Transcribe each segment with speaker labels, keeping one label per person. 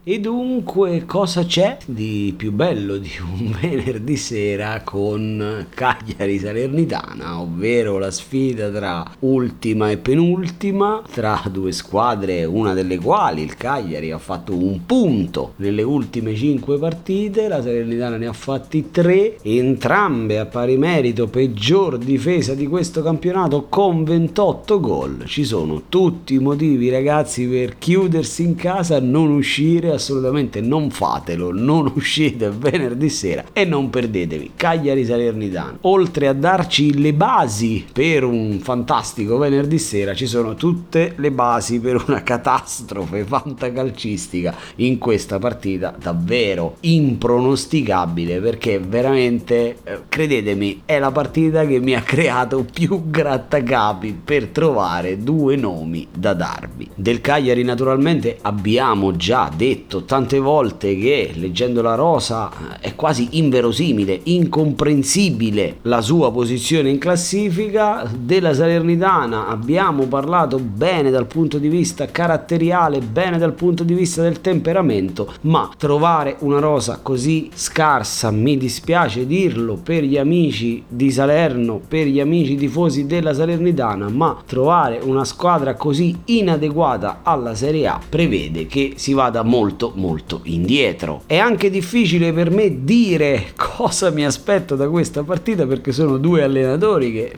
Speaker 1: E dunque cosa c'è di più bello di un venerdì sera con Cagliari Salernitana, ovvero la sfida tra ultima e penultima, tra due squadre, una delle quali il Cagliari ha fatto un punto nelle ultime 5 partite, la Salernitana ne ha fatti 3, entrambe a pari merito peggior difesa di questo campionato con 28 gol. Ci sono tutti i motivi, ragazzi, per chiudersi in casa, non uscire, assolutamente non fatelo, non uscite venerdì sera e non perdetevi Cagliari Salernitana. Oltre a darci le basi per un fantastico venerdì sera, ci sono tutte le basi per una catastrofe fantacalcistica in questa partita davvero impronosticabile, perché veramente, credetemi, è la partita che mi ha creato più grattacapi per trovare due nomi da darvi. Del Cagliari naturalmente abbiamo già detto tante volte che, leggendo la rosa, è quasi inverosimile, incomprensibile la sua posizione in classifica. Della Salernitana abbiamo parlato bene dal punto di vista caratteriale, bene dal punto di vista del temperamento, ma trovare una rosa così scarsa, mi dispiace dirlo per gli amici di Salerno, per gli amici tifosi della Salernitana, ma trovare una squadra così inadeguata alla Serie A prevede che si vada molto indietro. È anche difficile per me dire cosa mi aspetto da questa partita, perché sono due allenatori che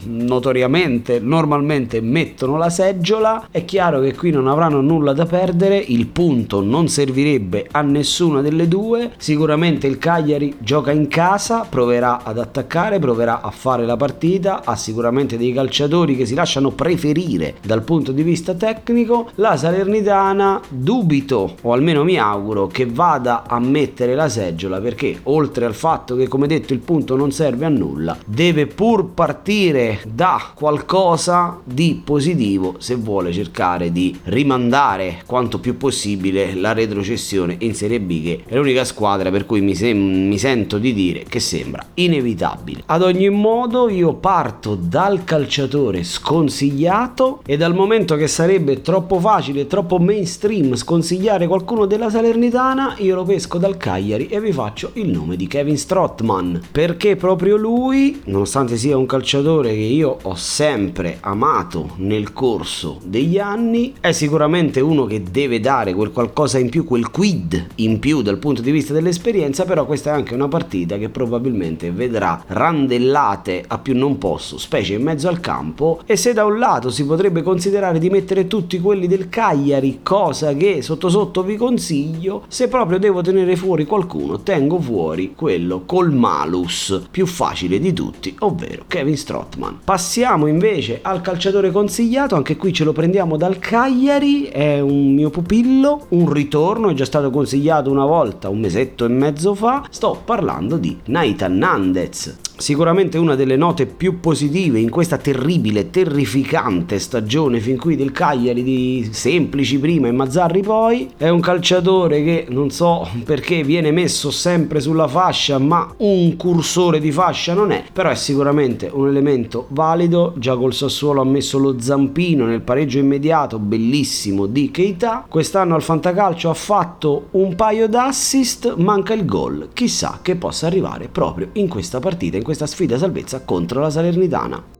Speaker 1: normalmente mettono la seggiola. È chiaro che qui non avranno nulla da perdere, il punto non servirebbe a nessuna delle due. Sicuramente il Cagliari gioca in casa, proverà ad attaccare, proverà a fare la partita, ha sicuramente dei calciatori che si lasciano preferire dal punto di vista tecnico. La Salernitana dubito, o almeno mi auguro, che vada a mettere la seggiola, perché oltre al fatto che, come detto, il punto non serve a nulla, deve pur partire da qualcosa di positivo se vuole cercare di rimandare quanto più possibile la retrocessione in Serie B, che è l'unica squadra per cui mi sento di dire che sembra inevitabile. Ad ogni modo io parto dal calciatore sconsigliato, e dal momento che sarebbe troppo facile, troppo mainstream sconsigliare qualcuno della Salernitana, io lo pesco dal Cagliari e vi faccio il nome di Kevin Strootman, perché proprio lui, nonostante sia un calciatore che io ho sempre amato nel corso degli anni, è sicuramente uno che deve dare quel qualcosa in più, quel quid in più dal punto di vista dell'esperienza. Però questa è anche una partita che probabilmente vedrà randellate a più non posso, specie in mezzo al campo, e se da un lato si potrebbe considerare di mettere tutti quelli del Cagliari, cosa che sotto sotto vi consiglio, se proprio devo tenere fuori qualcuno, tengo fuori quello col malus più facile di tutti, ovvero Kevin Strootman. Passiamo invece al calciatore consigliato, anche qui ce lo prendiamo dal Cagliari, è un mio pupillo, un ritorno, è già stato consigliato una volta un mesetto e mezzo fa. Sto parlando di Nathan Nandez. Sicuramente una delle note più positive in questa terribile, terrificante stagione fin qui del Cagliari, di Semplici prima e Mazzarri poi. È un calciatore che non so perché viene messo sempre sulla fascia, ma un cursore di fascia non è, però è sicuramente un elemento valido. Già col Sassuolo ha messo lo zampino nel pareggio immediato bellissimo di Keita. Quest'anno al Fantacalcio ha fatto un paio d'assist, manca il gol, chissà che possa arrivare proprio in questa partita, in questa sfida salvezza contro la Salernitana.